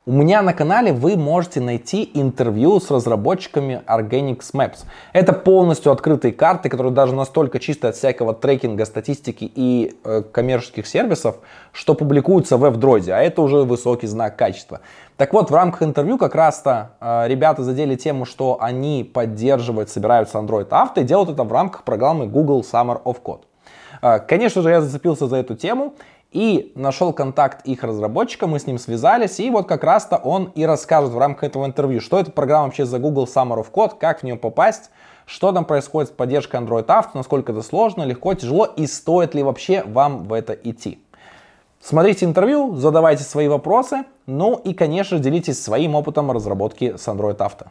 У меня на канале вы можете найти интервью с разработчиками Organic Maps. Это полностью открытые карты, которые даже настолько чисты от всякого трекинга, статистики и коммерческих сервисов, что публикуются в F-Droid, а это уже высокий знак качества. Так вот, в рамках интервью как раз-то ребята задели тему, что они поддерживают, собираются Android Auto и делают это в рамках программы Google Summer of Code. Конечно же, я зацепился за эту тему и нашел контакт их разработчика, мы с ним связались, и вот как раз-то он и расскажет в рамках этого интервью, что это программа вообще за Google Summer of Code, как в нее попасть, что там происходит с поддержкой Android Auto, насколько это сложно, легко, тяжело и стоит ли вообще вам в это идти. Смотрите интервью, задавайте свои вопросы, ну и, конечно, делитесь своим опытом разработки с Android Auto.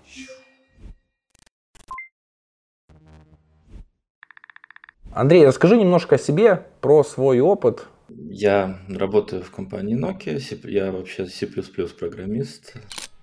Андрей, расскажи немножко о себе, про свой опыт. Я работаю в компании Nokia, я вообще C++ программист.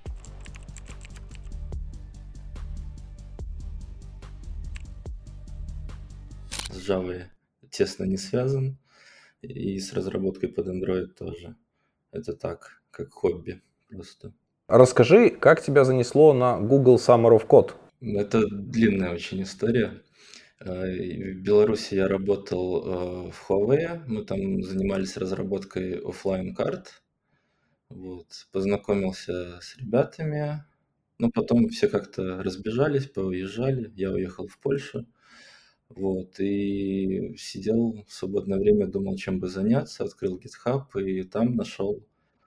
С Java тесно не связан, и с разработкой под Android тоже. Это так, как хобби просто. Расскажи, как тебя занесло на Google Summer of Code? Это длинная очень история. В Беларуси я работал в Huawei, мы там занимались разработкой офлайн карт. Вот. Познакомился с ребятами, но потом все как-то разбежались, поуезжали, я уехал в Польшу. Вот, и сидел в свободное время, думал, чем бы заняться, открыл GitHub и там нашел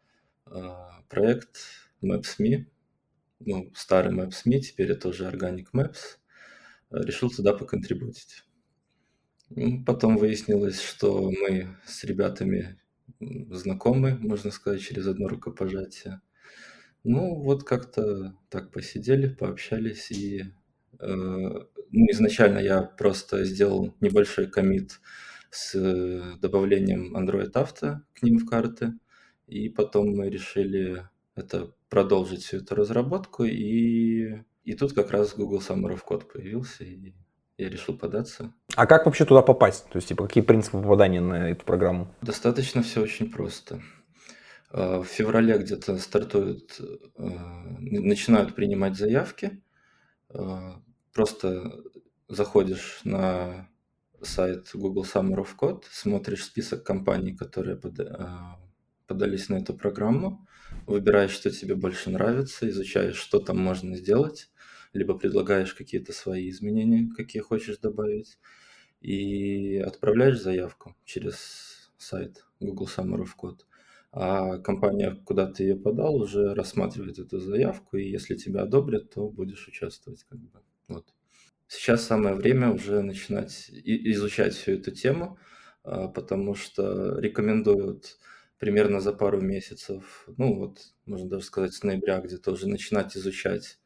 проект Maps.me, ну, старый Maps.me, теперь это уже Organic Maps. Решил туда поконтрибутить. Потом выяснилось, что мы с ребятами знакомы, можно сказать, через одно рукопожатие. Ну, вот как-то так посидели, пообщались, и ну, изначально я просто сделал небольшой коммит с добавлением Android Auto к ним в карты, и потом мы решили продолжить всю эту разработку, и тут как раз Google Summer of Code появился, и я решил податься. А как вообще туда попасть? То есть, типа, какие принципы попадания на эту программу? Достаточно все очень просто. В феврале где-то стартуют, начинают принимать заявки. Просто заходишь на сайт Google Summer of Code, смотришь список компаний, которые подались на эту программу, выбираешь, что тебе больше нравится, изучаешь, что там можно сделать, либо предлагаешь какие-то свои изменения, какие хочешь добавить, и отправляешь заявку через сайт Google Summer of Code. А компания, куда ты ее подал, уже рассматривает эту заявку, и если тебя одобрят, то будешь участвовать. Как бы. Вот. Сейчас самое время уже начинать изучать всю эту тему, потому что рекомендуют примерно за пару месяцев, ну вот, можно даже сказать, с ноября где-то уже начинать изучать,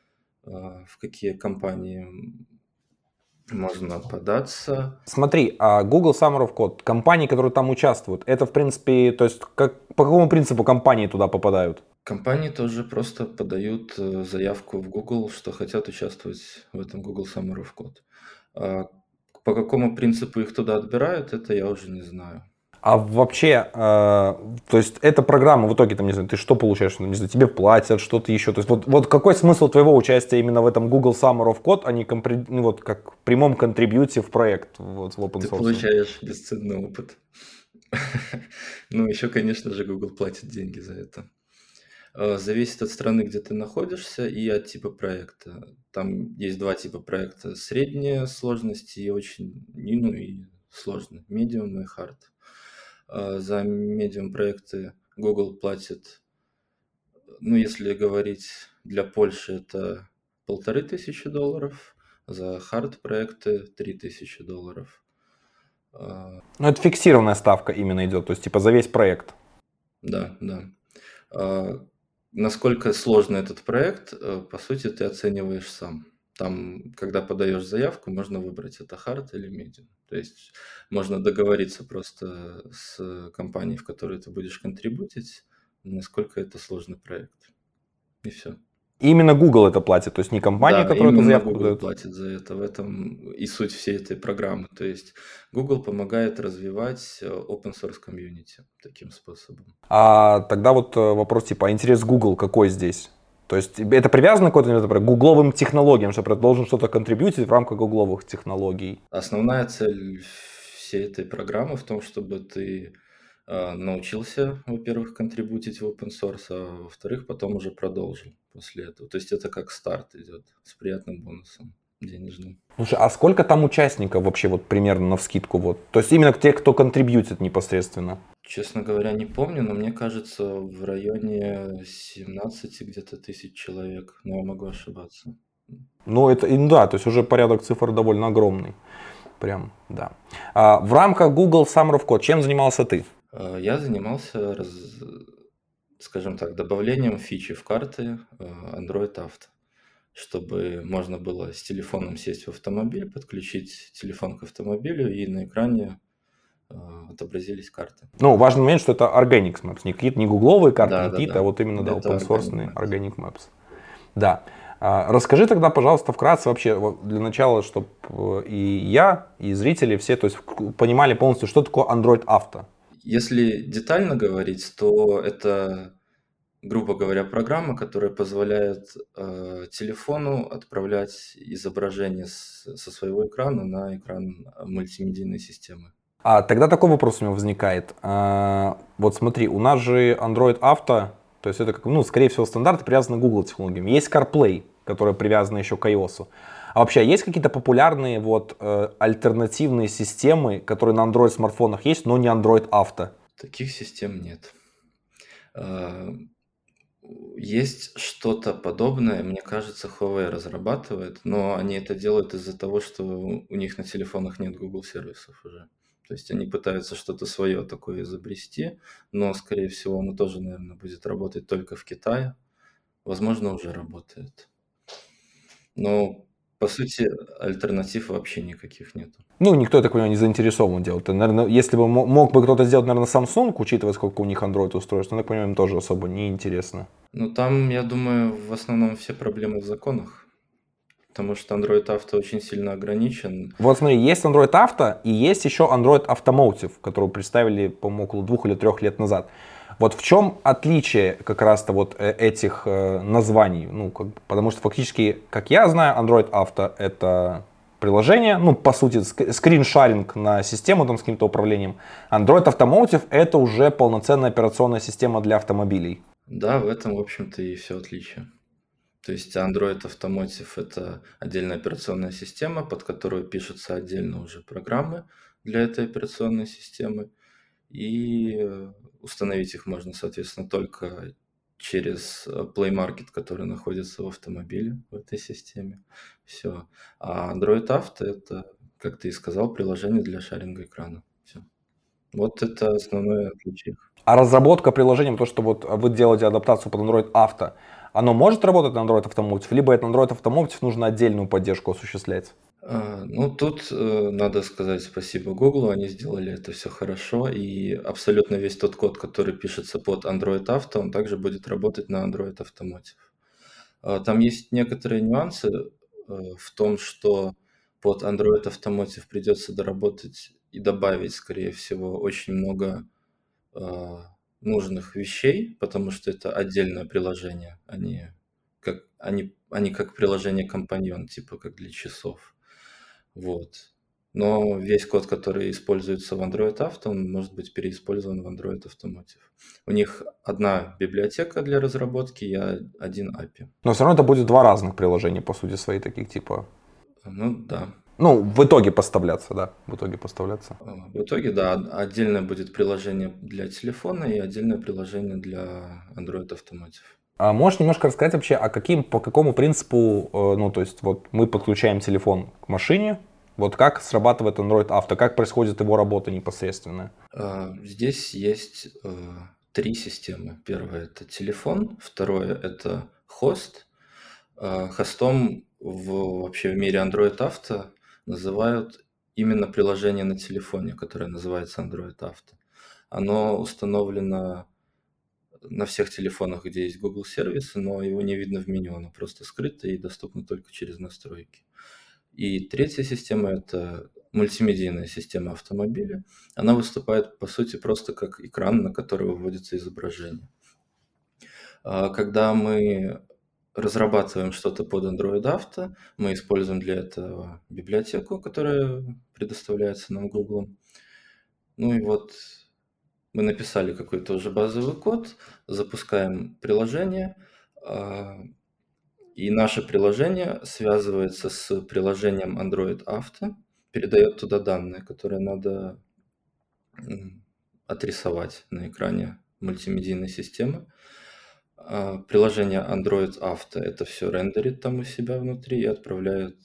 в какие компании можно податься. Смотри, а Google Summer of Code, компании, которые там участвуют, это в принципе, то есть по какому принципу компании туда попадают? Компании тоже просто подают заявку в Google, что хотят участвовать в этом Google Summer of Code. По какому принципу их туда отбирают, это я уже не знаю. А вообще, то есть эта программа в итоге, там, не знаю, ты что получаешь, ну, не знаю, тебе платят, что-то еще, то есть вот какой смысл твоего участия именно в этом Google Summer of Code, а не ну, вот как в прямом контрибьюте в проект, вот в open Ты source? получаешь бесценный опыт. Ну, еще, конечно же, Google платит деньги за это. Зависит от страны, где ты находишься, и от типа проекта. Там есть два типа проекта: средняя сложность и очень, ну и сложный, medium и hard. За medium проекты Google платит, ну, если говорить для Польши, это $1500, за hard проекты $3000. Ну, это фиксированная ставка именно идет, то есть типа за весь проект. Да, да. Насколько сложный этот проект, по сути, ты оцениваешь сам. Там, когда подаешь заявку, можно выбрать, это hard или medium. То есть можно договориться просто с компанией, в которую ты будешь контрибутить, насколько это сложный проект. И все. Именно Google это платит, то есть не компания, Да, которая эту именно заявку Google подает. платит за это. В этом и суть всей этой программы. То есть Google помогает развивать open source комьюнити таким способом. А тогда вот вопрос типа, а интерес Google какой здесь? То есть это привязано к какой-то, например, гугловым технологиям, что должен что-то контрибьютить в рамках гугловых технологий? Основная цель всей этой программы в том, чтобы ты научился, во-первых, контрибутить в open source, а во-вторых, потом уже продолжил после этого. То есть это как старт идет с приятным бонусом денежным. Слушай, а сколько там участников вообще вот примерно навскидку вот? То есть именно те, кто контрибьютит непосредственно? Честно говоря, не помню, но мне кажется, в районе 17 где-то тысяч человек, но я могу ошибаться. Ну, это, да, то есть уже порядок цифр довольно огромный. Прям, да. А в рамках Google Summer of Code чем занимался ты? Я занимался, скажем так, добавлением фичи в карты Android Auto, чтобы можно было с телефоном сесть в автомобиль, подключить телефон к автомобилю, и на экране отобразились карты. Ну, важный момент, что это Organic Maps, не какие-то не гугловые карты, не какие-то, а Да-да-да, вот именно, да, это open Organic source Maps. Organic Maps. Да. Расскажи тогда, пожалуйста, вкратце вообще, вот для начала, чтобы и я, и зрители все, то есть понимали полностью, что такое Android Auto. Если детально говорить, то это, грубо говоря, программа, которая позволяет телефону отправлять изображение со своего экрана на экран мультимедийной системы. А тогда такой вопрос у меня возникает. Вот смотри, у нас же Android Auto, то есть это как, ну, скорее всего, стандарты привязаны к Google технологиям. Есть CarPlay, которая привязана еще к iOS. А вообще есть какие-то популярные вот альтернативные системы, которые на Android смартфонах есть, но не Android Auto? Таких систем нет. Есть что-то подобное, мне кажется, Huawei разрабатывает, но они это делают из-за того, что у них на телефонах нет Google сервисов уже. То есть они пытаются что-то свое такое изобрести, но, скорее всего, оно тоже, наверное, будет работать только в Китае. Возможно, уже работает. Но, по сути, альтернатив вообще никаких нету. Ну, никто, я так понимаю, не заинтересован делать. Это, наверное, если бы мог бы кто-то сделать, наверное, Samsung, учитывая, сколько у них Android устройств, но, так понимаю, им тоже особо не интересно. Ну, там, я думаю, в основном все проблемы в законах, потому что Android Auto очень сильно ограничен. Вот смотри, есть Android Auto и есть еще Android Automotive, которую представили, по-моему, около 2 или 3 лет назад. Вот в чем отличие как раз-то вот этих названий? Ну, потому что фактически, как я знаю, Android Auto это приложение, ну, по сути, скриншаринг на систему там с каким-то управлением. Android Automotive это уже полноценная операционная система для автомобилей. Да, в этом, в общем-то, и все отличие. То есть Android Automotive – это отдельная операционная система, под которую пишутся отдельно уже программы для этой операционной системы. И установить их можно, соответственно, только через Play Market, который находится в автомобиле в этой системе. Все. А Android Auto – это, как ты и сказал, приложение для шаринга экрана. Все. Вот это основное отличие. А разработка приложения, то, что вот вы делаете адаптацию под Android Auto, оно может работать на Android Automotive, либо это Android Automotive нужно отдельную поддержку осуществлять? Ну, тут надо сказать спасибо Google, они сделали это все хорошо, и абсолютно весь тот код, который пишется под Android Auto, он также будет работать на Android Automotive. Там есть некоторые нюансы в том, что под Android Automotive придется доработать и добавить, скорее всего, очень много нужных вещей, потому что это отдельное приложение, они как приложение-компаньон, типа как для часов. Вот. Но весь код, который используется в Android Auto, он может быть переиспользован в Android Automotive. У них одна библиотека для разработки и один API. Но все равно это будет два разных приложения, по сути, свои таких типа. Ну да. Ну, в итоге поставляться, да, в итоге поставляться. В итоге, да, отдельное будет приложение для телефона и отдельное приложение для Android Automotive. А можешь немножко рассказать вообще, по какому принципу, ну, то есть вот мы подключаем телефон к машине, вот как срабатывает Android Auto, как происходит его работа непосредственно? Здесь есть 3 системы. Первое – это телефон, второе – это хост. Хостом вообще в мире Android Auto называют именно приложение на телефоне, которое называется Android Auto. Оно установлено на всех телефонах, где есть Google сервисы, но его не видно в меню, оно просто скрыто и доступно только через настройки. И третья система – это мультимедийная система автомобиля. Она выступает, по сути, просто как экран, на который выводится изображение. Когда мы разрабатываем что-то под Android Auto, мы используем для этого библиотеку, которая предоставляется нам Google. Ну и вот мы написали какой-то уже базовый код, запускаем приложение, и наше приложение связывается с приложением Android Auto, передает туда данные, которые надо отрисовать на экране мультимедийной системы. Приложение Android Auto это все рендерит там у себя внутри и отправляет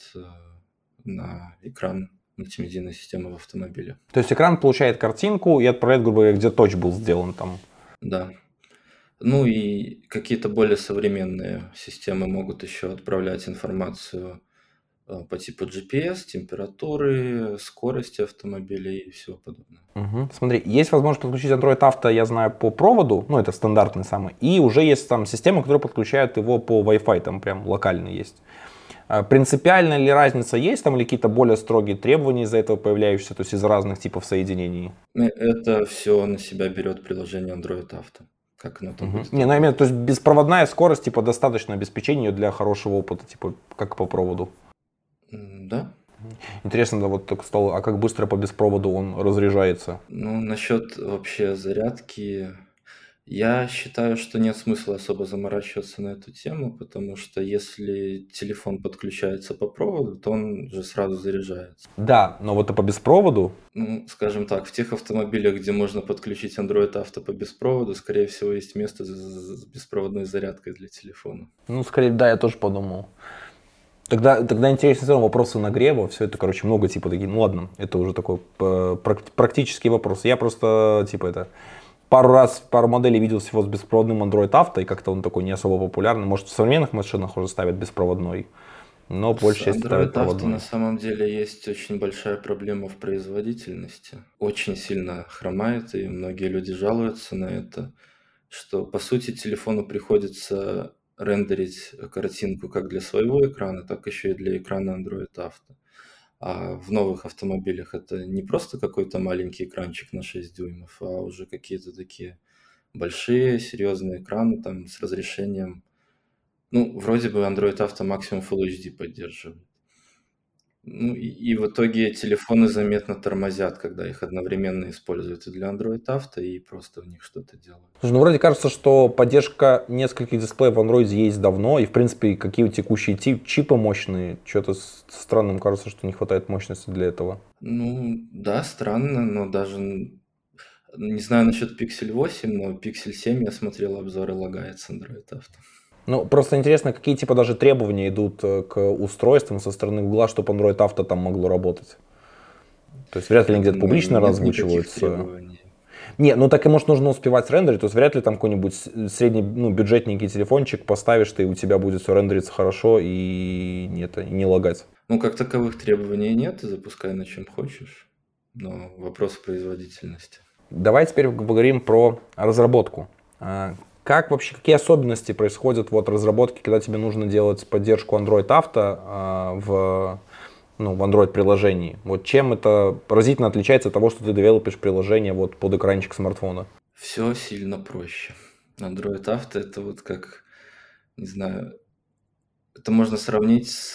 на экран мультимедийной системы в автомобиле. То есть экран получает картинку и отправляет, грубо говоря, где точ был сделан там. Да. Ну и какие-то более современные системы могут еще отправлять информацию по типу GPS, температуры, скорости автомобиля и всего подобного. Угу. Смотри, есть возможность подключить Android Auto, я знаю, по проводу, ну это стандартный самый, и уже есть там система, которая подключает его по Wi-Fi, там прям локально есть. Принципиальная ли разница есть там или какие-то более строгие требования из-за этого появляющиеся, то есть из разных типов соединений? Это все на себя берет приложение Android Auto. Как оно там будет? Не, ну я имею в виду, то есть беспроводная скорость, типа, достаточно обеспечению для хорошего опыта, типа, как по проводу. Да. Интересно, да, вот так стало, а как быстро по беспроводу он разряжается? Ну, насчет вообще зарядки, я считаю, что нет смысла особо заморачиваться на эту тему, потому что если телефон подключается по проводу, то он же сразу заряжается. Да, но вот по беспроводу, Ну, скажем так, в тех автомобилях, где можно подключить Android Auto по беспроводу, скорее всего, есть место с беспроводной зарядкой для телефона. ну, скорее, да, я тоже подумал. Тогда интересный все равно вопросы нагрева, все это, короче, много типа такие, ну ладно, это уже такой практический вопрос. Я просто, типа, это пару моделей видел всего с беспроводным Android Auto, и как-то он такой не особо популярный. Может, в современных машинах уже ставят беспроводной, но С большая часть ставят Android Auto на проводной. самом деле есть очень большая проблема в производительности. Очень сильно хромает, и многие люди жалуются на это, что по сути телефону приходится рендерить картинку как для своего экрана, так еще и для экрана Android Auto. А в новых автомобилях это не просто какой-то маленький экранчик на 6 дюймов, а уже какие-то такие большие, серьезные экраны там с разрешением. Ну, вроде бы Android Auto максимум Full HD поддерживает. Ну и в итоге телефоны заметно тормозят, когда их одновременно используют и для Android Auto, и просто в них что-то делают. Слушай, ну вроде кажется, что поддержка нескольких дисплеев в Android есть давно, и в принципе какие текущие чипы мощные, что-то странным кажется, что не хватает мощности для этого. Ну да, странно, но даже не знаю насчет Pixel 8, но Pixel 7 я смотрел обзоры, лагает с Android Auto. Ну, просто интересно, какие типа даже требования идут к устройствам со стороны Google, чтобы Android Auto там могло работать. То есть вряд ли они Я где-то публично думаю, нет никаких озвучиваются. требований. Не, ну так и может нужно успевать рендерить, то есть вряд ли там какой-нибудь средний, ну, бюджетненький телефончик поставишь ты, и у тебя будет все рендериться хорошо и не лагать. Ну, как таковых требований нет, запускай на чем хочешь, но вопрос в производительности. Давай теперь поговорим про разработку. Как вообще, какие особенности происходят вот в разработке, когда тебе нужно делать поддержку Android Auto в Android-приложении? Вот чем это поразительно отличается от того, что ты девелопишь приложение вот под экранчик смартфона? Все сильно проще. Android Auto это вот как, не знаю, это можно сравнить с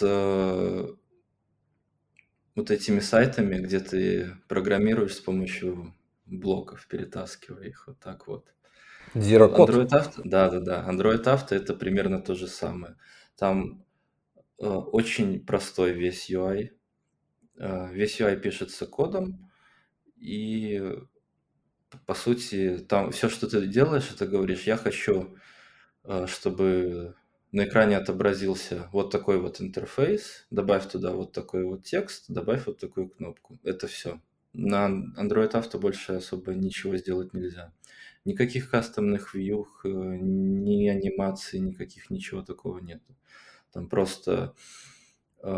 вот этими сайтами, где ты программируешь с помощью блоков, перетаскивая их вот так вот. Zero Вот Code? Android Auto, да-да-да, Android Auto это примерно то же самое. Там очень простой весь UI. Весь UI пишется кодом, и по сути там все, что ты делаешь, это говоришь, я хочу, чтобы на экране отобразился вот такой вот интерфейс, добавь туда вот такой вот текст, добавь вот такую кнопку. Это все. На Android Auto больше особо ничего сделать нельзя. Никаких кастомных вьюх, ни анимаций, никаких, ничего такого нет. Там просто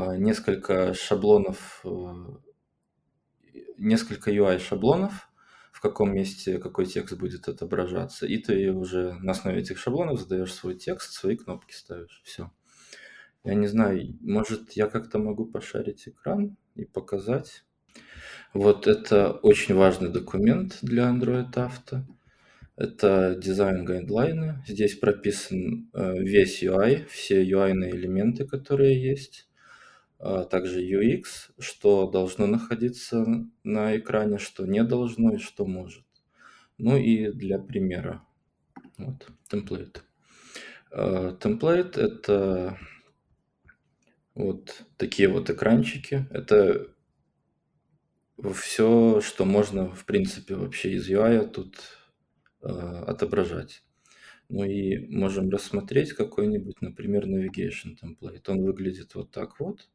несколько шаблонов, несколько UI-шаблонов, в каком месте какой текст будет отображаться, и ты уже на основе этих шаблонов задаешь свой текст, свои кнопки ставишь. Все. Я не знаю, может, я как-то могу пошарить экран и показать. Вот это очень важный документ для Android Auto. Это дизайн-гайдлайны. Здесь прописан весь UI, все UI-ные элементы, которые есть. Также UX, что должно находиться на экране, что не должно и что может. Ну и для примера. Вот, темплейт. Темплейт — это вот такие вот экранчики. Это все, что можно, в принципе, вообще из UI тут отображать. Ну и можем рассмотреть какой-нибудь, например, navigation template. Он выглядит вот так вот.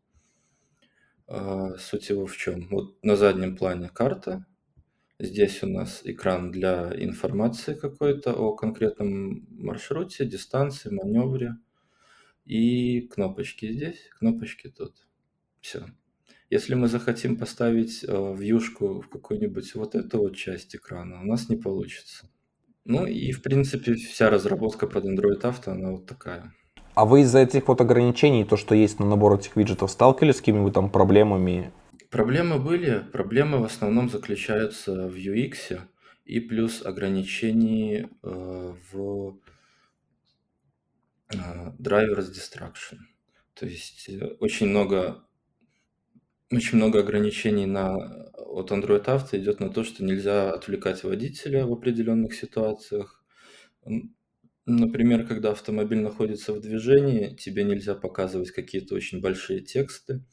Суть его в чем? Вот на заднем плане карта. Здесь у нас экран для информации какой-то о конкретном маршруте, дистанции, маневре. И кнопочки здесь, кнопочки тут. Все. Если мы захотим поставить вьюшку в какую-нибудь вот эту вот часть экрана, у нас не получится. Ну и, в принципе, вся разработка под Android Auto, она вот такая. А вы из-за этих вот ограничений, то, что есть на набор этих виджетов, сталкивались с какими-нибудь там проблемами? Проблемы были. Проблемы в основном заключаются в UX и плюс ограничений в drivers distraction. То есть очень много ограничений от Android Auto идет на то, что нельзя отвлекать водителя в определенных ситуациях. Например, когда автомобиль находится в движении, тебе нельзя показывать какие-то очень большие тексты.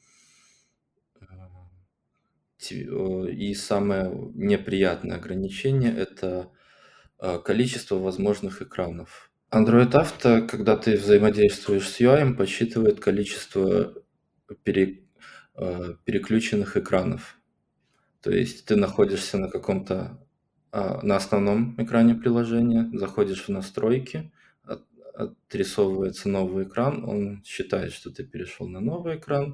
И самое неприятное ограничение — это количество возможных экранов. Android Auto, когда ты взаимодействуешь с UI, подсчитывает количество переключенных экранов. То есть ты находишься на на основном экране приложения, заходишь в настройки, отрисовывается новый экран, он считает, что ты перешел на новый экран,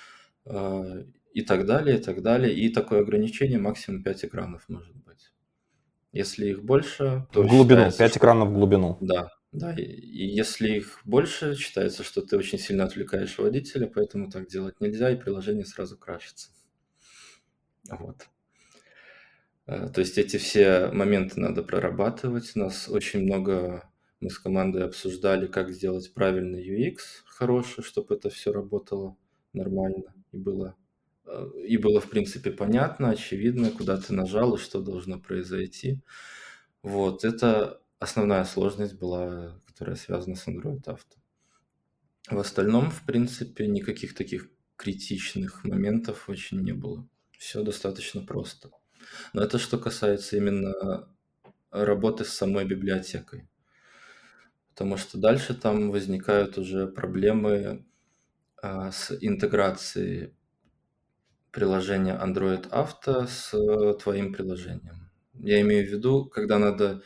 и так далее, и так далее. И такое ограничение максимум 5 экранов может быть. Если их больше, то В глубину, считается, 5 что... экранов в глубину. Да, да. И если их больше, считается, что ты очень сильно отвлекаешь водителя, поэтому так делать нельзя, и приложение сразу крашится. Вот. То есть эти все моменты надо прорабатывать. Мы с командой обсуждали, как сделать правильный UX хороший, чтобы это все работало нормально и было, в принципе, понятно, очевидно, куда ты нажал и что должно произойти. Вот, это основная сложность была, которая связана с Android Auto. В остальном, в принципе, никаких таких критичных моментов очень не было. Все достаточно просто. Но это что касается именно работы с самой библиотекой. Потому что дальше там возникают уже проблемы с интеграцией приложения Android Auto с твоим приложением. Я имею в виду, когда надо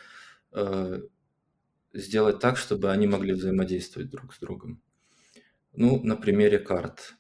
сделать так, чтобы они могли взаимодействовать друг с другом. Ну, на примере карт.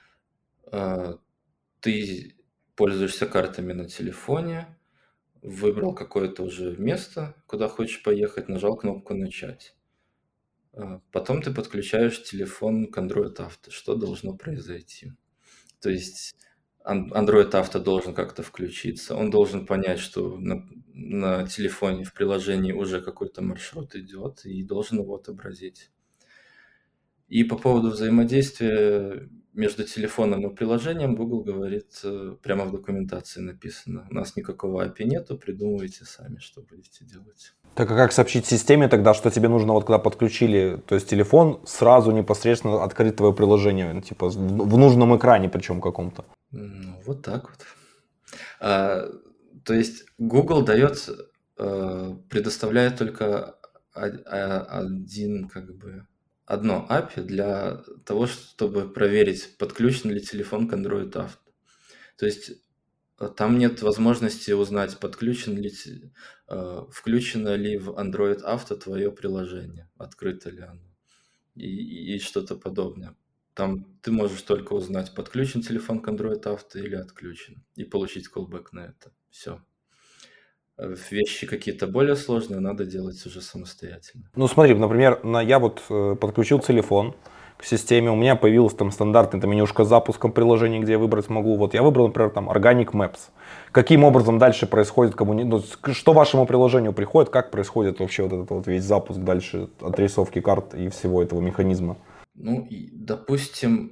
Ты пользуешься картами на телефоне, выбрал какое-то уже место, куда хочешь поехать, нажал кнопку «Начать». Потом ты подключаешь телефон к Android Auto. Что должно произойти? То есть Android Auto должен как-то включиться. Он должен понять, что на телефоне в приложении уже какой-то маршрут идет, и должен его отобразить. И по поводу взаимодействия между телефоном и приложением Google говорит, прямо в документации написано: у нас никакого API нету, придумывайте сами, что будете делать. Так а как сообщить системе тогда, что тебе нужно, вот когда подключили, то есть телефон, сразу непосредственно открыть твое приложение, ну, типа в нужном экране причем каком-то? Ну, вот так вот. То есть Google предоставляет только одно API для того, чтобы проверить, подключен ли телефон к Android Auto. То есть там нет возможности узнать, включено ли в Android Auto твое приложение, открыто ли оно и что-то подобное. Там ты можешь только узнать, подключен телефон к Android Auto или отключен, и получить callback на это. Все. Вещи какие-то более сложные надо делать уже самостоятельно. Ну смотри, например, я вот подключил телефон к системе, у меня появилась там стандартная там, менюшка с запуском приложений, где я выбрать могу. Вот я выбрал, например, там Organic Maps. Каким образом дальше происходит что вашему приложению приходит, как происходит вообще вот этот вот весь запуск дальше отрисовки карт и всего этого механизма? Ну, и, допустим,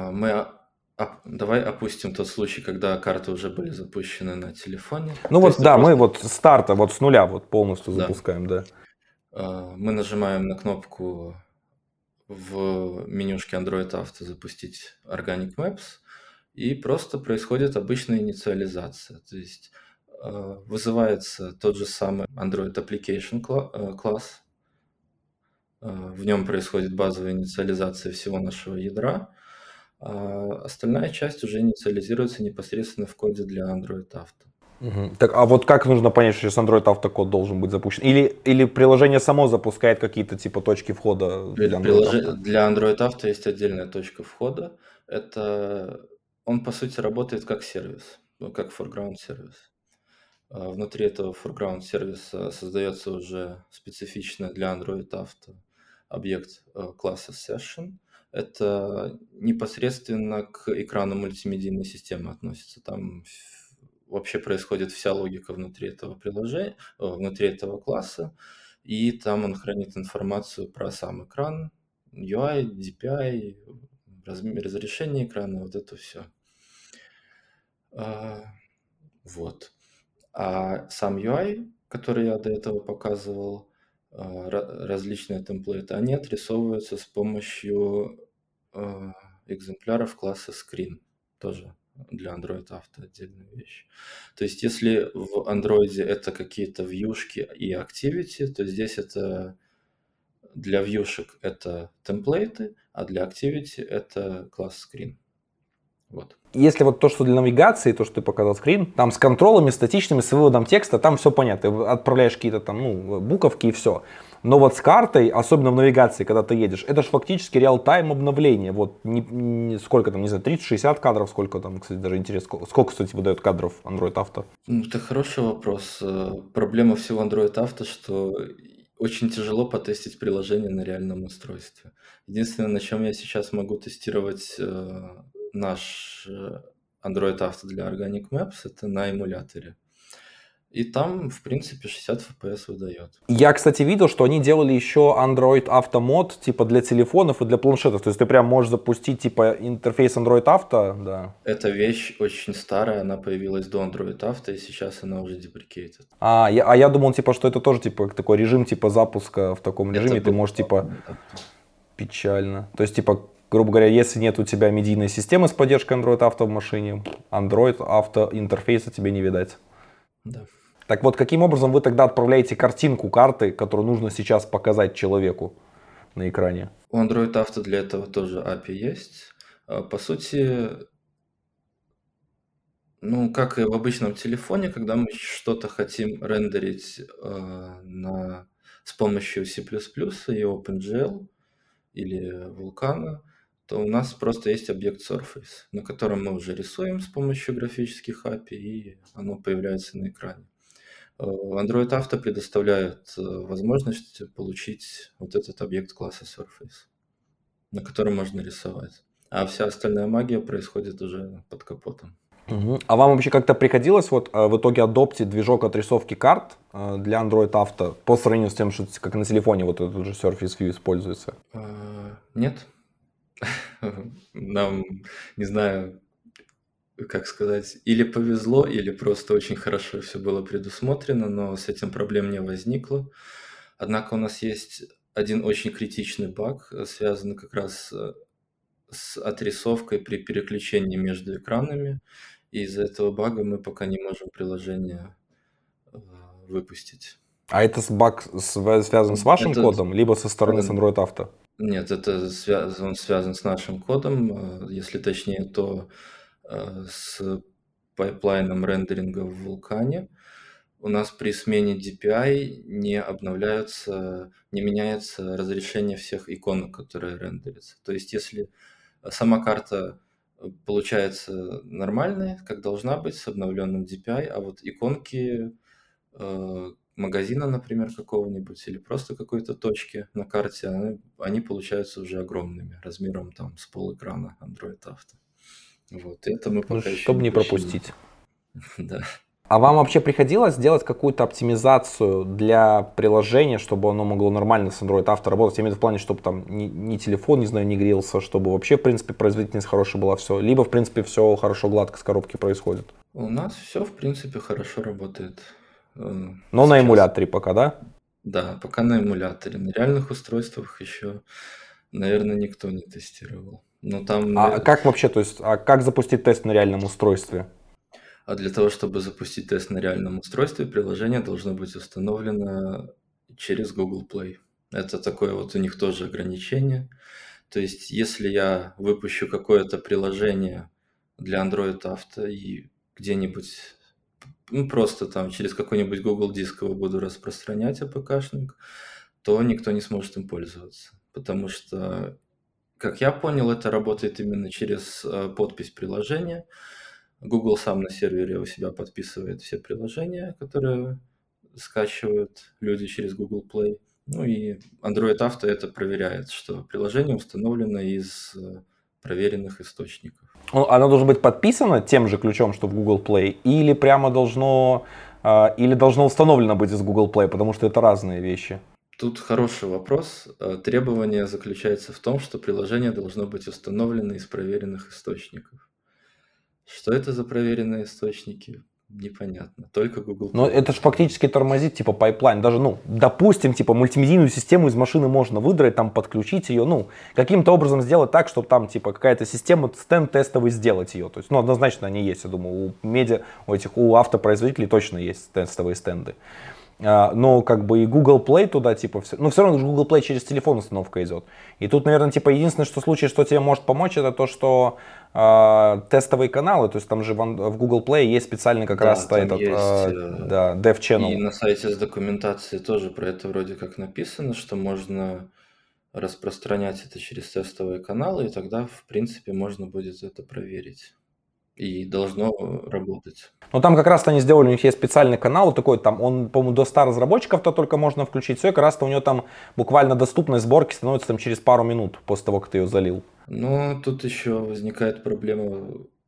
давай опустим тот случай, когда карты уже были запущены на телефоне. Ну То вот есть ты да, мы просто, вот с старта, вот с нуля вот полностью да, запускаем, да. мы нажимаем на кнопку в менюшке Android Auto «Запустить Organic Maps», и просто происходит обычная инициализация. То есть вызывается тот же самый Android Application класс, в нем происходит базовая инициализация всего нашего ядра, а остальная часть уже инициализируется непосредственно в коде для Android Auto. Мгм. Так, а вот как нужно понять, что сейчас Android автокод должен быть запущен? Или приложение само запускает какие-то типа точки входа для Android авто? Для Android Auto есть отдельная точка входа. Он, по сути, работает как сервис, ну, как foreground сервис. Внутри этого foreground сервиса создается уже специфично для Android Auto объект класса Session. Это непосредственно к экрану мультимедийной системы относится. Там вообще происходит вся логика внутри этого приложения, внутри этого класса, и там он хранит информацию про сам экран, UI, DPI, разрешение экрана, вот это все. Вот. А сам UI, который я до этого показывал, различные темплейты, они отрисовываются с помощью экземпляров класса Screen, тоже для Android Auto отдельная вещь. То есть если в Android это какие-то вьюшки и activity, то здесь это для вьюшек это темплейты, а для activity это класс Screen. Вот. Если вот то, что для навигации, то, что ты показал скрин, там с контролами статичными, с выводом текста, там все понятно. Ты отправляешь какие-то там, буковки и все. Но вот с картой, особенно в навигации, когда ты едешь, это же фактически реал-тайм обновление. Вот сколько там, не знаю, 30-60 кадров, сколько там, кстати, даже интересно, сколько, кстати, выдает кадров Android Auto? Ну, это хороший вопрос. Проблема всего Android Auto, что очень тяжело потестить приложение на реальном устройстве. Единственное, на чем я сейчас могу тестировать наш Android Auto для Organic Maps, это на эмуляторе. И там, в принципе, 60 FPS выдает. Я, кстати, видел, что они делали еще Android Auto мод типа для телефонов и для планшетов. То есть ты прям можешь запустить типа интерфейс Android Auto, да. Эта вещь очень старая, она появилась до Android Auto, и сейчас она уже deprecated. Я думал, типа, что это тоже типа такой режим типа запуска в таком Это режиме. Ты был... можешь типа печально. То есть типа, грубо говоря, если нет у тебя медийной системы с поддержкой Android Auto в машине, Android Auto интерфейса тебе не видать. Да. Так вот, каким образом вы тогда отправляете картинку карты, которую нужно сейчас показать человеку на экране? У Android Auto для этого тоже API есть. По сути, ну, как и в обычном телефоне, когда мы что-то хотим рендерить с помощью C++ и OpenGL или Vulkan, то у нас просто есть объект Surface, на котором мы уже рисуем с помощью графических API, и оно появляется на экране. Android Auto предоставляет возможность получить вот этот объект класса Surface, на котором можно рисовать. А вся остальная магия происходит уже под капотом. А вам вообще как-то приходилось вот в итоге адоптить движок отрисовки карт для Android Auto по сравнению с тем, что как на телефоне вот этот же Surface View используется? Нет. Нам, не знаю, как сказать, или повезло, или просто очень хорошо все было предусмотрено, но с этим проблем не возникло. Однако у нас есть один очень критичный баг, связанный как раз с отрисовкой при переключении между экранами. И из-за этого бага мы пока не можем приложение выпустить. А это баг связан с вашим Это, кодом, либо со стороны с э, Android Auto? нет, он связан с нашим кодом. Если точнее, то с пайплайном рендеринга в Vulkan. У нас при смене DPI не меняется разрешение всех иконок, которые рендерятся. То есть если сама карта получается нормальной, как должна быть, с обновленным DPI, а вот иконки магазина, например, какого-нибудь, или просто какой-то точки на карте, они получаются уже огромными, размером там с полэкрана Android Auto. Вот, и это мы Ну, пока еще чтобы не не починили. пропустить. Да. А вам вообще приходилось делать какую-то оптимизацию для приложения, чтобы оно могло нормально с Android Auto работать? Я имею в виду в плане, чтобы там ни телефон, не знаю, не грелся, чтобы вообще, в принципе, производительность хорошая была, все. Либо, в принципе, все хорошо, гладко с коробки происходит. У нас все, в принципе, хорошо работает. Но на Сейчас, эмуляторе пока, да? да, пока на эмуляторе. На реальных устройствах еще, наверное, никто не тестировал. Но там, А как вообще, то есть, а как запустить тест на реальном устройстве? А для того, чтобы запустить тест на реальном устройстве, приложение должно быть установлено через Google Play. Это такое вот у них тоже ограничение. То есть, если я выпущу какое-то приложение для Android Auto и где-нибудь, ну, просто там через какой-нибудь Google Диск его буду распространять, APK-шник, то никто не сможет им пользоваться. Потому что, как я понял, это работает именно через подпись приложения. Google сам на сервере у себя подписывает все приложения, которые скачивают люди через Google Play. Ну и Android Auto это проверяет, что приложение установлено из проверенных источников. Оно должно быть подписано тем же ключом, что в Google Play, или прямо должно, или должно установлено быть из Google Play, потому что это разные вещи. Тут хороший вопрос. Требование заключается в том, что приложение должно быть установлено из проверенных источников. Что это за проверенные источники? Непонятно. Только Google Но Play. это же фактически тормозит, типа, пайплайн. Даже, ну, допустим, типа, мультимедийную систему из машины можно выдрать, там, подключить ее, ну, каким-то образом сделать так, чтобы там, типа, какая-то система, стенд тестовый сделать ее. То есть, ну, однозначно они есть, я думаю, у автопроизводителей точно есть тестовые стенды. Но как бы и Google Play туда, типа, все, ну все равно Google Play через телефон установка идет. И тут, наверное, типа, единственное, что случай, что тебе может помочь, это то, что тестовые каналы, то есть там же в Google Play есть специальный как Да, раз там этот, есть, да, Dev и Channel. на сайте с документацией тоже про это вроде как написано, что можно распространять это через тестовые каналы, и тогда, в принципе, можно будет это проверить. И должно работать. Но там как раз-то они сделали, у них есть специальный канал такой, там он, по-моему, до 100 разработчиков-то только можно включить, все, и как раз-то у него там буквально доступность сборки становится там через пару минут после того, как ты ее залил. Но тут еще возникает проблема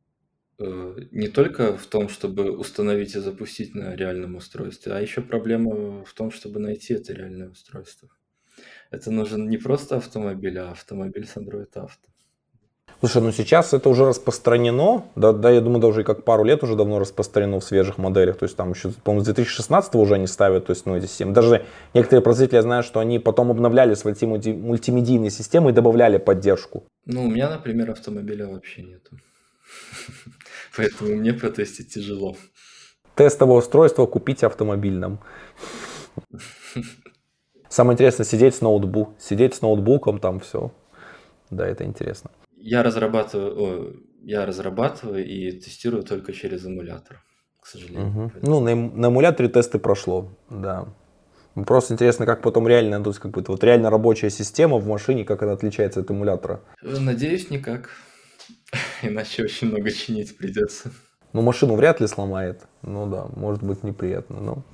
не только в том, чтобы установить и запустить на реальном устройстве, а еще проблема в том, чтобы найти это реальное устройство. Это нужен не просто автомобиль, а автомобиль с Android Auto. Слушай, ну сейчас это уже распространено, да, я думаю, даже и как пару лет уже давно распространено в свежих моделях, то есть там еще, по-моему, с 2016 уже они ставят, то есть, ну, эти системы. Даже некоторые производители, я знаю, что они потом обновляли свои мультимедийные системы и добавляли поддержку. Ну, у меня, например, автомобиля вообще нету. Поэтому мне протестить тяжело. Тестовое устройство купить автомобильном. Самое интересное сидеть с ноутбуком, там все. Да, это интересно. Я разрабатываю и тестирую только через эмулятор, к сожалению. Ну, на эмуляторе тесты прошло, да. Просто интересно, как потом реально, то есть как бы вот реально рабочая система в машине, как она отличается от эмулятора. Надеюсь, никак. Иначе очень много чинить придется. Ну, машину вряд ли сломает. Ну да, может быть неприятно, но...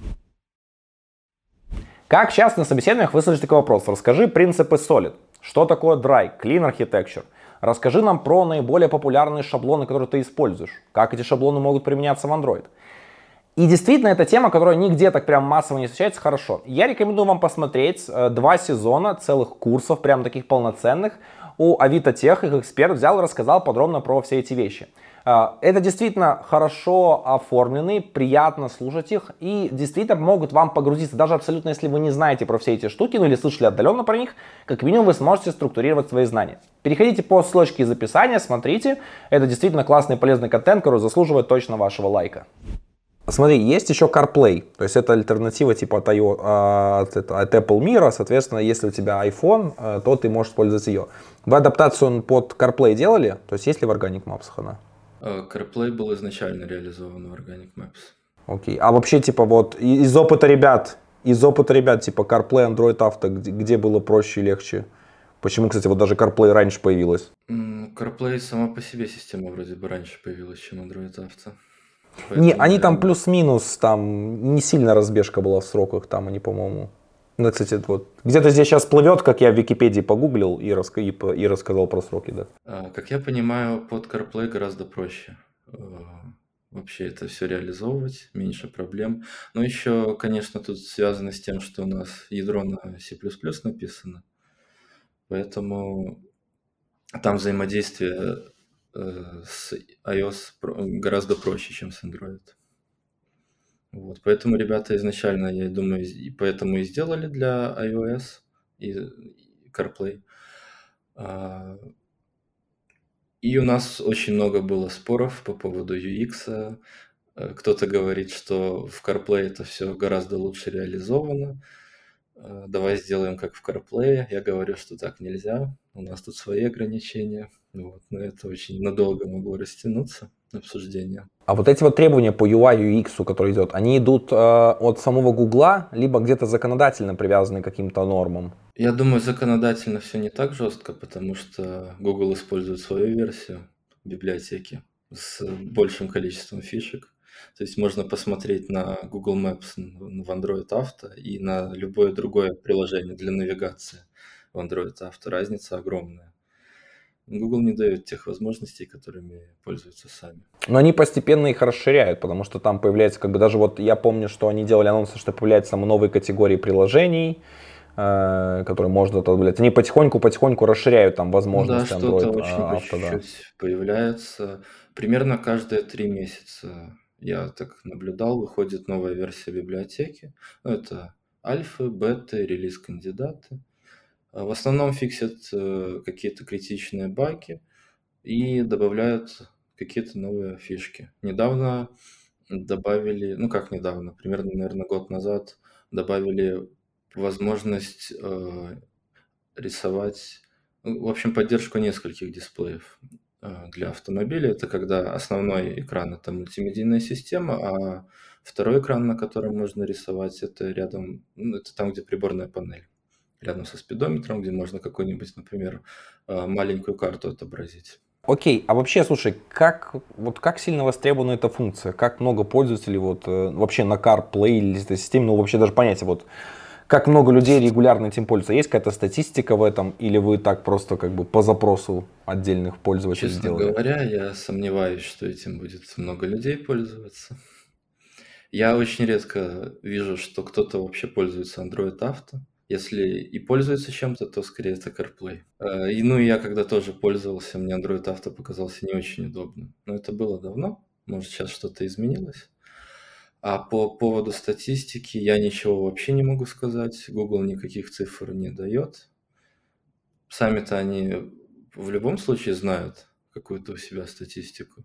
Как часто на собеседованиях вы слышите такой вопрос? Расскажи принципы Solid. Что такое Dry, Clean Architecture? Расскажи нам про наиболее популярные шаблоны, которые ты используешь. Как эти шаблоны могут применяться в Android? И действительно, это тема, которая нигде так прям массово не встречается, хорошо. Я рекомендую вам посмотреть 2 сезона целых курсов, прям таких полноценных. У Авито Тех их эксперт взял и рассказал подробно про все эти вещи. Это действительно хорошо оформленные, приятно слушать их и действительно могут вам погрузиться. Даже абсолютно, если вы не знаете про все эти штуки, ну или слышали отдаленно про них, как минимум вы сможете структурировать свои знания. Переходите по ссылочке из описания, смотрите. Это действительно классный и полезный контент, который заслуживает точно вашего лайка. Смотри, есть еще CarPlay, то есть это альтернатива типа от Apple мира, соответственно, если у тебя iPhone, то ты можешь использовать ее. Вы адаптацию под CarPlay делали? То есть есть ли в Organic Maps она? CarPlay был изначально реализован в Organic Maps. Окей, а вообще типа вот из опыта ребят типа CarPlay, Android Auto, где было проще и легче? Почему, кстати, вот даже CarPlay раньше появилась? CarPlay сама по себе система вроде бы раньше появилась, чем Android Auto. Не, Поэтому, они там наверное, плюс-минус, там не сильно разбежка была в сроках, там они, по-моему. Ну, кстати, вот где-то здесь сейчас плывет, как я в Википедии погуглил и рассказал про сроки, да. как я понимаю, под CarPlay гораздо проще вообще это все реализовывать, меньше проблем. Но еще, конечно, тут связано с тем, что у нас ядро на C++ написано, поэтому там взаимодействие с iOS гораздо проще, чем с Android. Вот, поэтому ребята изначально, я думаю, и поэтому и сделали для iOS и CarPlay. А, И у нас очень много было споров по поводу UX. Кто-то говорит, что в CarPlay это все гораздо лучше реализовано. Давай сделаем как в CarPlay. Я говорю, что так нельзя. У нас тут свои ограничения. Вот. Но это очень надолго могло растянуться, обсуждение. А вот эти вот требования по UI, UX, который идет, они идут от самого Гугла, либо где-то законодательно привязаны к каким-то нормам? Я думаю, законодательно все не так жестко, потому что Google использует свою версию библиотеки с большим количеством фишек. То есть можно посмотреть на Google Maps в Android Auto и на любое другое приложение для навигации в Android Auto. Разница огромная. Google не дает тех возможностей, которыми пользуются сами. Но они постепенно их расширяют, потому что там появляется, как бы даже вот я помню, что они делали анонсы, что появляются там новые категории приложений, которые можно добавлять. Они потихоньку расширяют там Да, возможности что-то Android очень по Auto, да. чуть-чуть появляется. Примерно каждые 3 месяца, я так наблюдал, выходит новая версия библиотеки. Ну, это альфы, беты, релиз-кандидаты. В основном фиксят какие-то критичные баги и добавляют какие-то новые фишки. Недавно добавили, ну как недавно, примерно, наверное, год назад добавили возможность рисовать, в общем, поддержку нескольких дисплеев для автомобиля. Это когда основной экран — это мультимедийная система, а второй экран, на котором можно рисовать, это рядом, ну, это там, где приборная панель. Рядом со спидометром, где можно какую-нибудь, например, маленькую карту отобразить. Окей, а вообще, слушай, как сильно востребована эта функция? Как много пользователей вот вообще на CarPlay или этой системе, ну вообще даже понятия, вот как много людей регулярно этим пользуются? Есть какая-то статистика в этом, или вы так просто как бы по запросу отдельных пользователей Честно сделали? говоря, я сомневаюсь, что этим будет много людей пользоваться. Я очень редко вижу, что кто-то вообще пользуется Android Auto. Если и пользуется чем-то, то скорее это CarPlay. Ну и я когда тоже пользовался, мне Android Auto показался не очень удобным. Но это было давно, может сейчас что-то изменилось. А по поводу статистики я ничего вообще не могу сказать. Google никаких цифр не дает. Сами-то они в любом случае знают какую-то у себя статистику,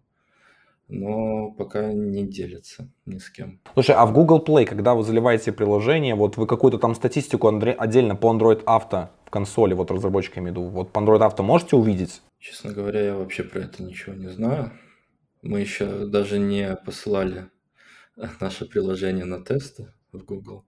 но пока не делятся ни с кем. Слушай, а в Google Play, когда вы заливаете приложение, вот вы какую-то там статистику отдельно по Android Auto в консоли, вот разработчики имею в виду, вот по Android Auto можете увидеть? Честно говоря, я вообще про это ничего не знаю. Мы еще даже не посылали наше приложение на тесты в Google.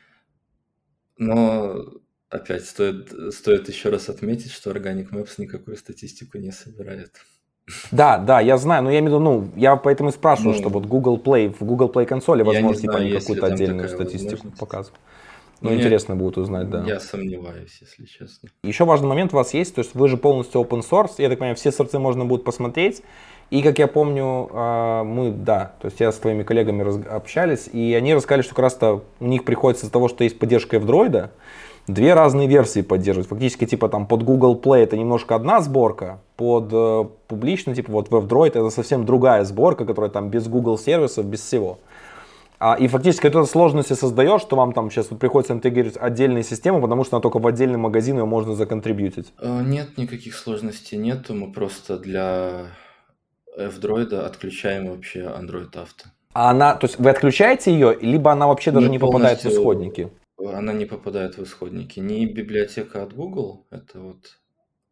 Но опять стоит еще раз отметить, что Organic Maps никакую статистику не собирает. Да, я знаю, но я имею в виду, ну, я поэтому и спрашиваю, что Ну, вот Google Play, в Google Play консоли, я не возможно, типа знаю, они есть ли какую-то там отдельную такая статистику возможность. показывают. Но Ну, интересно будет узнать, да. я сомневаюсь, если честно. Еще важный момент у вас есть, то есть вы же полностью open source, я так понимаю, все сорцы можно будет посмотреть. И, как я помню, то есть я с твоими коллегами общались, и они рассказали, что как раз-то у них приходится из-за того, что есть поддержка F-Droid, две разные версии поддерживать. Фактически, типа там под Google Play это немножко одна сборка, под публично, типа вот в F-Droid это совсем другая сборка, которая там без Google сервисов, без всего. И фактически эту сложность и создаешь, что вам там сейчас приходится интегрировать отдельные системы, потому что она только в отдельный магазин ее можно законтрибьютить. Нет, никаких сложностей нету. Мы просто для F-Droid отключаем вообще Android Auto. То есть вы отключаете ее, либо она вообще даже Мы не попадает в полностью- исходники? Она не попадает в исходники. Не библиотека от Google, это вот,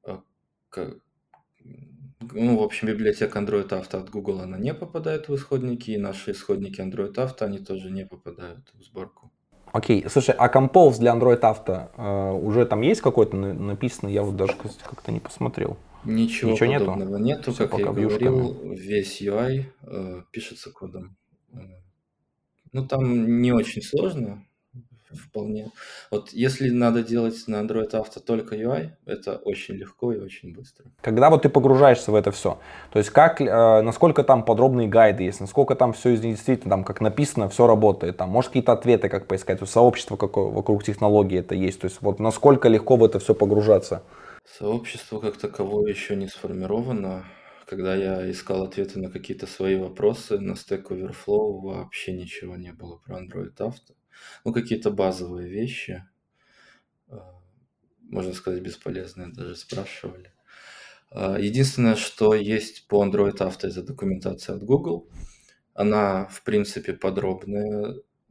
в общем, библиотека Android Auto от Google, она не попадает в исходники, и наши исходники Android Auto, они тоже не попадают в сборку. Окей, слушай, а Compose для Android Auto уже там есть какой-то написанный? Я вот даже как-то не посмотрел. Ничего Ничего нету? подобного нету, Все как я и пока вьюшками. говорил, весь UI пишется кодом. Э, Ну, там не очень сложно, вполне. Вот если надо делать на Android Auto только UI, это очень легко и очень быстро. Когда вот ты погружаешься в это все, то есть насколько там подробные гайды есть, насколько там все действительно, там, как написано, все работает, там, может, какие-то ответы, как поискать, то есть сообщество какое вокруг технологии это есть, то есть вот насколько легко в это все погружаться. Сообщество как таковое еще не сформировано. Когда я искал ответы на какие-то свои вопросы, на Stack Overflow вообще ничего не было про Android Auto. Ну, какие-то базовые вещи, э, можно сказать, бесполезные, даже спрашивали. Единственное, что есть по Android Auto, это документация от Google. Она, в принципе, подробная,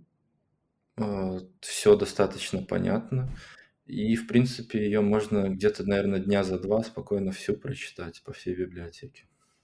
все достаточно понятно. И, в принципе, ее можно где-то, наверное, дня за 2 спокойно всю прочитать по всей библиотеке.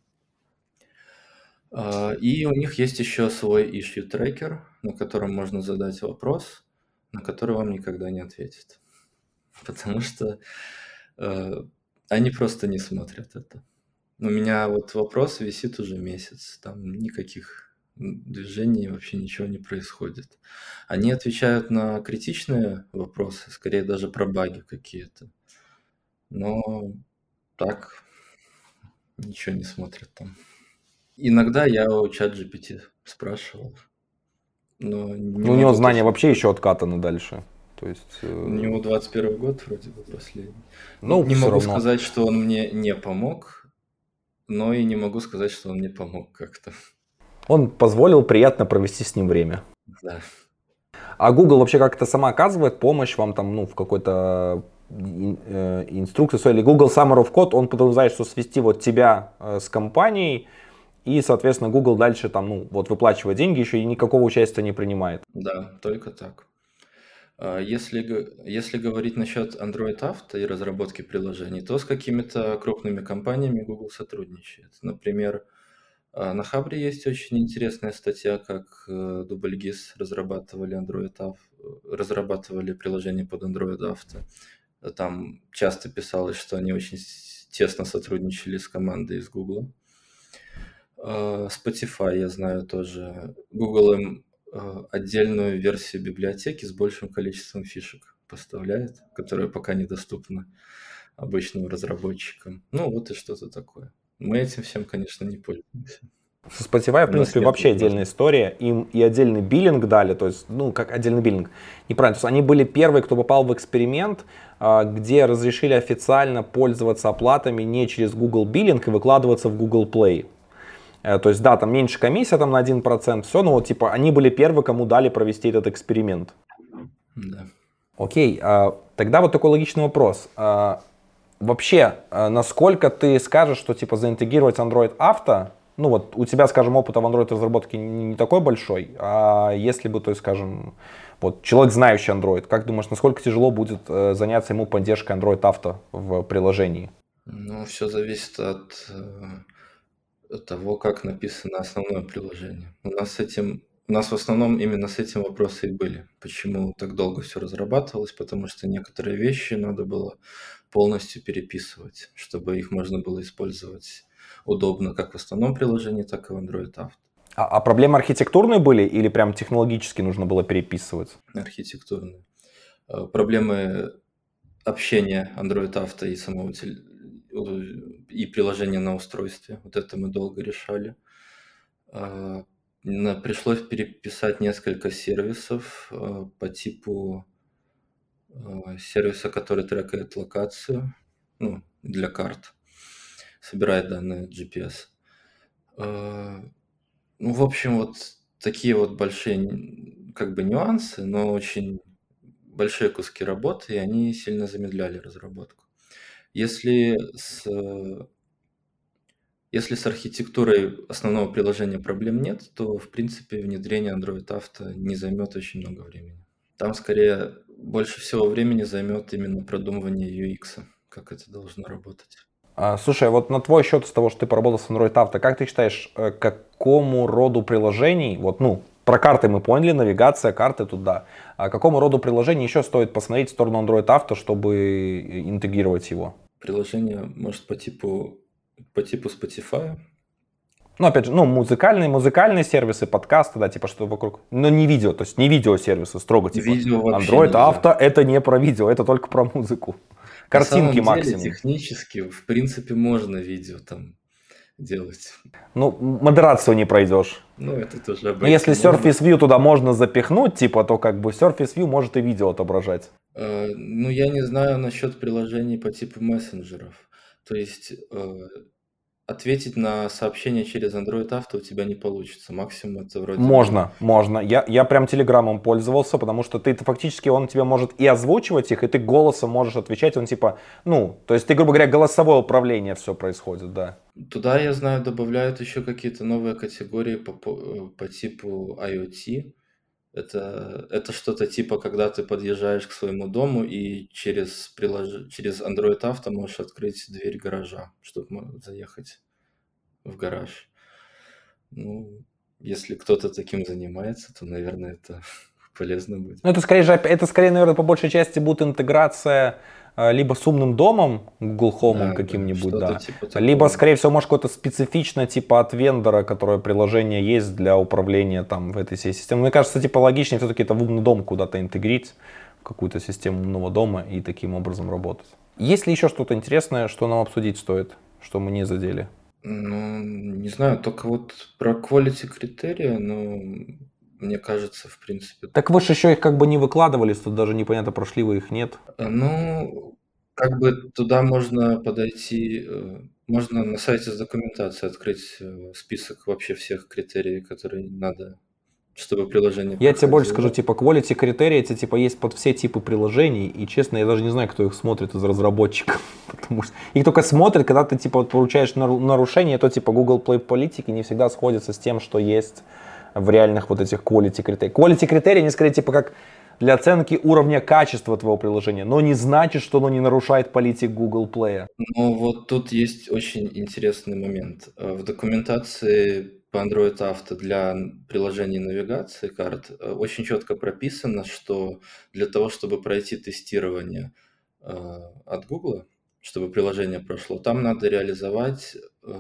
И у них есть еще свой issue tracker, на котором можно задать вопрос, на который вам никогда не ответят. Потому что они просто не смотрят это. У меня вот вопрос висит уже месяц, там никаких движений, вообще ничего не происходит. Они отвечают на критичные вопросы, скорее даже про баги какие-то. Но так, ничего не смотрят там. Иногда я у ChatGPT спрашивал, но не Ну, у него могу знания точно вообще сказать. еще откатаны дальше, то есть, У него 21 год вроде бы последний. Ну, ну, не все могу равно. сказать, что он мне не помог, но и не могу сказать, что он мне помог как-то. Он позволил приятно провести с ним время. Да. А Google вообще как-то сама оказывает помощь вам там, ну, в какой-то инструкции, или Google Summer of Code, он подразумевает, что свести вот тебя с компанией, и, соответственно, Google дальше там, ну, вот выплачивает деньги еще и никакого участия не принимает. Да, только так. Если говорить насчет Android Auto и разработки приложений, то с какими-то крупными компаниями Google сотрудничает. Например, на Хабре есть очень интересная статья, как Дубльгиз разрабатывали приложение под Android Auto. Там часто писалось, что они очень тесно сотрудничали с командой из Google. Spotify, я знаю тоже. Google им отдельную версию библиотеки с большим количеством фишек поставляет, которая пока недоступна обычным разработчикам. Ну, вот и что-то такое. Мы этим всем, конечно, не пользуемся. Со Spotify, в У нас принципе, нет вообще отдельная возможности. история. Им и отдельный биллинг дали, то есть, ну, как отдельный биллинг, неправильно. То есть они были первые, кто попал в эксперимент, где разрешили официально пользоваться оплатами не через Google Billing и выкладываться в Google Play. То есть, да, там меньше комиссия там на 1%, все, но вот, типа, они были первые, кому дали провести этот эксперимент. Да. Окей, тогда вот такой логичный вопрос. Вообще, насколько ты скажешь, что, типа, заинтегрировать Android Auto, ну вот у тебя, скажем, опыта в Android разработке не такой большой, а если бы, то есть, скажем, вот человек, знающий Android, как думаешь, насколько тяжело будет заняться ему поддержкой Android Auto в приложении? Ну, все зависит от того, как написано основное приложение. У нас в основном именно с этим вопросы и были. Почему так долго все разрабатывалось? Потому что некоторые вещи надо было полностью переписывать, чтобы их можно было использовать удобно как в основном приложении, так и в Android Auto. А проблемы архитектурные были или прям технологически нужно было переписывать? Архитектурные. Проблемы общения Android Auto и приложения на устройстве. Вот это мы долго решали. Пришлось переписать несколько сервисов по типу сервиса, который трекает локацию, ну, для карт, собирает данные GPS. Ну, в общем, вот такие вот большие как бы нюансы, но очень большие куски работы, и они сильно замедляли разработку. Если с Если с архитектурой основного приложения проблем нет, то, в принципе, внедрение Android Auto не займет очень много времени. Там, скорее, больше всего времени займет именно продумывание UX, как это должно работать. Слушай, вот на твой счет из того, что ты поработал с Android Auto, как ты считаешь, какому роду приложений, вот, ну, про карты мы поняли, навигация, карты тут да, а какому роду приложений еще стоит посмотреть в сторону Android Auto, чтобы интегрировать его? Приложение, может, по типу Spotify. Ну, опять же, музыкальные сервисы, подкасты, да, типа что вокруг. Но не видео, то есть не видеосервисы, строго типа. Видео вообще Android нельзя. Auto это не про видео, это только про музыку. На Картинки самом деле, максимум. технически, в принципе, можно видео там делать. Ну, модерацию не пройдешь. Ну, это тоже Но если обойти можно. Surface View туда можно запихнуть, типа, то как бы Surface View может и видео отображать. Ну, я не знаю насчет приложений по типу мессенджеров. То есть ответить на сообщение через Android Auto у тебя не получится. Максимум это вроде бы... Можно. Я прям Телеграмом пользовался, потому что ты фактически, он тебе может и озвучивать их, и ты голосом можешь отвечать, он типа, то есть ты, грубо говоря, голосовое управление все происходит, да. Туда, я знаю, добавляют еще какие-то новые категории по типу IoT. Это что-то типа, когда ты подъезжаешь к своему дому и через Android Auto можешь открыть дверь гаража, чтобы заехать в гараж. Ну, если кто-то таким занимается, то, наверное, это полезно будет. Ну, это скорее, наверное, по большей части будет интеграция либо с умным домом, Google Home Да, каким-нибудь, что-то да, типа либо, такого. скорее всего, может, какое-то специфично, типа от вендора, которое приложение есть для управления там в этой всей системе. Мне кажется, типа логичнее все-таки это в умный дом куда-то интегрить, в какую-то систему умного дома и таким образом работать. Есть ли еще что-то интересное, что нам обсудить стоит, что мы не задели? Ну, не знаю, только вот про quality критерия, мне кажется, в принципе... Так вы же еще их как бы не выкладывали, тут даже непонятно, прошли вы их, нет. Ну, как бы туда можно подойти, можно на сайте с документацией открыть список вообще всех критериев, которые надо, чтобы приложение Я тебе больше скажу, проходило. типа, quality критерии, эти, типа, есть под все типы приложений, и, честно, я даже не знаю, кто их смотрит из разработчиков, потому что их только смотрят, когда ты, типа, получаешь нарушение, то, типа, Google Play политики не всегда сходятся с тем, что есть в реальных вот этих quality критериях. Quality критерии, они, скорее, типа, как для оценки уровня качества твоего приложения, но не значит, что оно не нарушает политик Google Play. Но вот тут есть очень интересный момент. В документации по Android Auto для приложений навигации карт очень четко прописано, что для того, чтобы пройти тестирование от Google, чтобы приложение прошло, там надо реализовать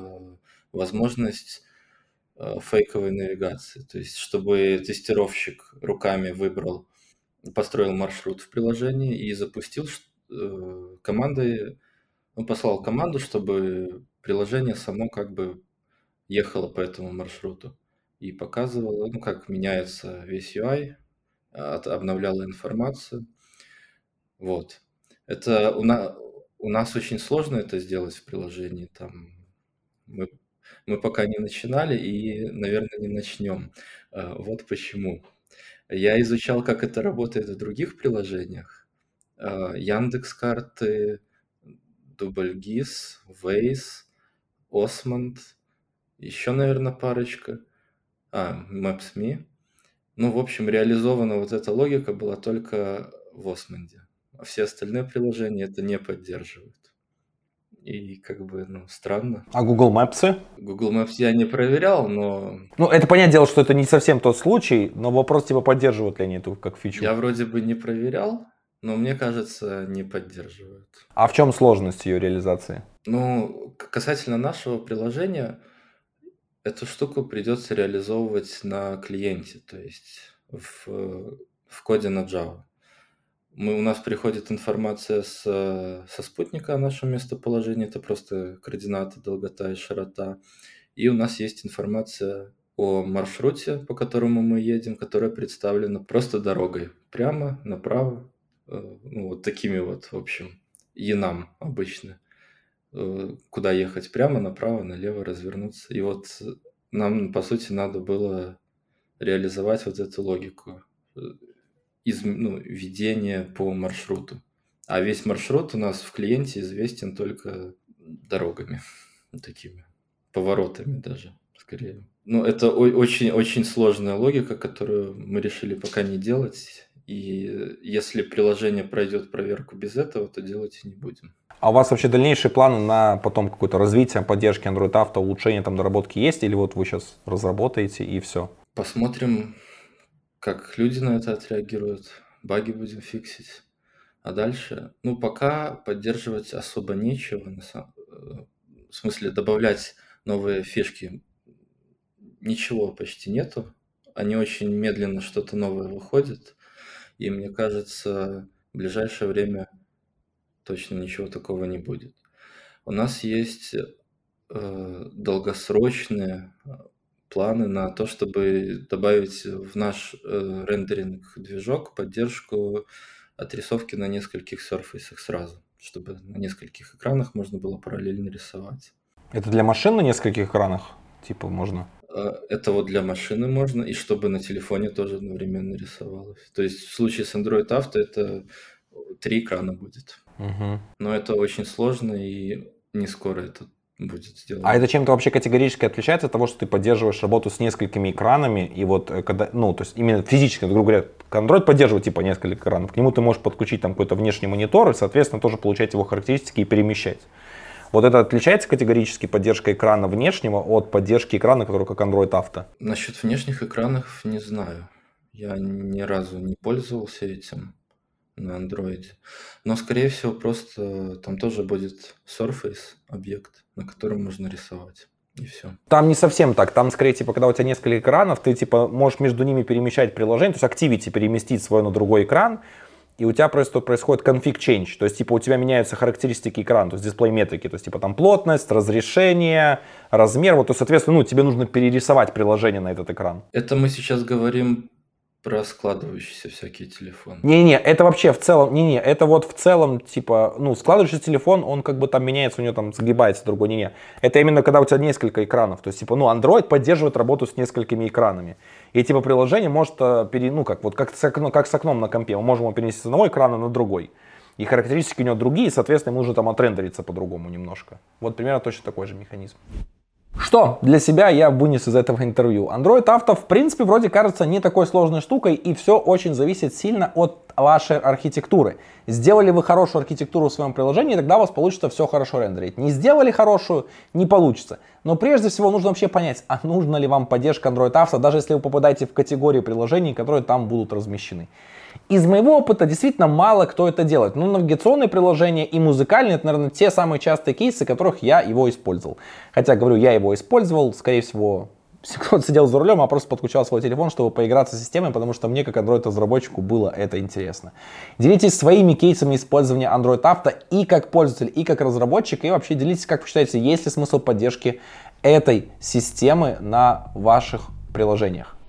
возможность фейковой навигации. То есть, чтобы тестировщик руками построил маршрут в приложении и запустил командой. Он послал команду, чтобы приложение само как бы ехало по этому маршруту и показывало, как меняется весь UI, обновляло информацию. Вот. Это у нас очень сложно это сделать в приложении. Там мы пока не начинали и, наверное, не начнем. Вот почему. Я изучал, как это работает в других приложениях. Яндекс.Карты, Дубльгиз, Waze, Osmond, еще, наверное, парочка. Maps.me. В общем, реализована вот эта логика была только в Osmond. А все остальные приложения это не поддерживают. И как бы, странно. А Google Maps? Google Maps я не проверял, но... Это понятное дело, что это не совсем тот случай, но вопрос, типа, поддерживают ли они эту как фичу. Я вроде бы не проверял, но мне кажется, не поддерживают. А в чем сложность ее реализации? Касательно нашего приложения, эту штуку придется реализовывать на клиенте, то есть в коде на Java. У нас приходит информация со спутника о нашем местоположении, это просто координаты, долгота и широта. И у нас есть информация о маршруте, по которому мы едем, которая представлена просто дорогой. Прямо, направо, вот такими вот, в общем, янам обычно. Куда ехать? Прямо, направо, налево, развернуться. И вот нам, по сути, надо было реализовать вот эту логику ведения по маршруту. А весь маршрут у нас в клиенте известен только дорогами, такими, поворотами даже, скорее. Это очень-очень сложная логика, которую мы решили пока не делать. И если приложение пройдет проверку без этого, то делать и не будем. А у вас вообще дальнейшие планы на потом какое-то развитие, поддержки Android Auto, улучшение там доработки есть? Или вот вы сейчас разработаете и все? Посмотрим, как люди на это отреагируют. Баги будем фиксить. А дальше, ну, пока поддерживать особо нечего, в смысле добавлять новые фишки ничего почти нету. Они очень медленно что-то новое выходят, и мне кажется, в ближайшее время точно ничего такого не будет. У нас есть долгосрочные планы на то, чтобы добавить в наш рендеринг-движок поддержку отрисовки на нескольких серфейсах сразу, чтобы на нескольких экранах можно было параллельно рисовать. Это для машин на нескольких экранах? Типа можно? Это вот для машины можно, и чтобы на телефоне тоже одновременно рисовалось. То есть в случае с Android Auto это 3 экрана будет. Угу. Но это очень сложно, и не скоро это будет сделано. А это чем-то вообще категорически отличается от того, что ты поддерживаешь работу с несколькими экранами, и вот когда, ну, то есть именно физически, грубо говоря, Android поддерживает типа несколько экранов, к нему ты можешь подключить там какой-то внешний монитор и, соответственно, тоже получать его характеристики и перемещать. Вот это отличается категорически поддержка экрана внешнего от поддержки экрана, который как Android Auto? Насчет внешних экранов не знаю. Я ни разу не пользовался этим на Android. Но, скорее всего, просто там тоже будет Surface объект, на котором можно рисовать. И все. Там не совсем так. Там скорее, типа, когда у тебя несколько экранов, ты типа можешь между ними перемещать приложение, то есть Activity переместить свой на другой экран, и у тебя просто происходит config change, то есть типа у тебя меняются характеристики экрана, то есть дисплей метрики, то есть типа там плотность, разрешение, размер, вот, то, соответственно, ну, тебе нужно перерисовать приложение на этот экран. Это мы сейчас говорим про складывающиеся всякие телефоны. Не-не, это вообще в целом, не-не, это вот в целом, типа, ну, складывающийся телефон, он как бы там меняется, у него там сгибается другой, не-не. Это именно когда у тебя несколько экранов, то есть, типа, ну, Android поддерживает работу с несколькими экранами. И, типа, приложение может, ну, как с окном на компе, мы можем его перенести с одного экрана на другой. И характеристики у него другие, соответственно, ему нужно там отрендериться по-другому немножко. Вот примерно точно такой же механизм. Что для себя я вынес из этого интервью? Android Auto, в принципе, вроде кажется не такой сложной штукой, и все очень зависит сильно от вашей архитектуры. Сделали вы хорошую архитектуру в своем приложении, тогда у вас получится все хорошо рендерить. Не сделали хорошую, не получится. Но прежде всего нужно вообще понять, а нужна ли вам поддержка Android Auto, даже если вы попадаете в категорию приложений, которые там будут размещены. Из моего опыта действительно мало кто это делает. Ну, навигационные приложения и музыкальные, это, наверное, те самые частые кейсы, которых я его использовал. Хотя, говорю, я его использовал, скорее всего, кто-то сидел за рулем, а просто подключал свой телефон, чтобы поиграться с системой, потому что мне, как Android-разработчику, было это интересно. Делитесь своими кейсами использования Android Auto и как пользователь, и как разработчик, и вообще делитесь, как вы считаете, есть ли смысл поддержки этой системы на ваших приложениях.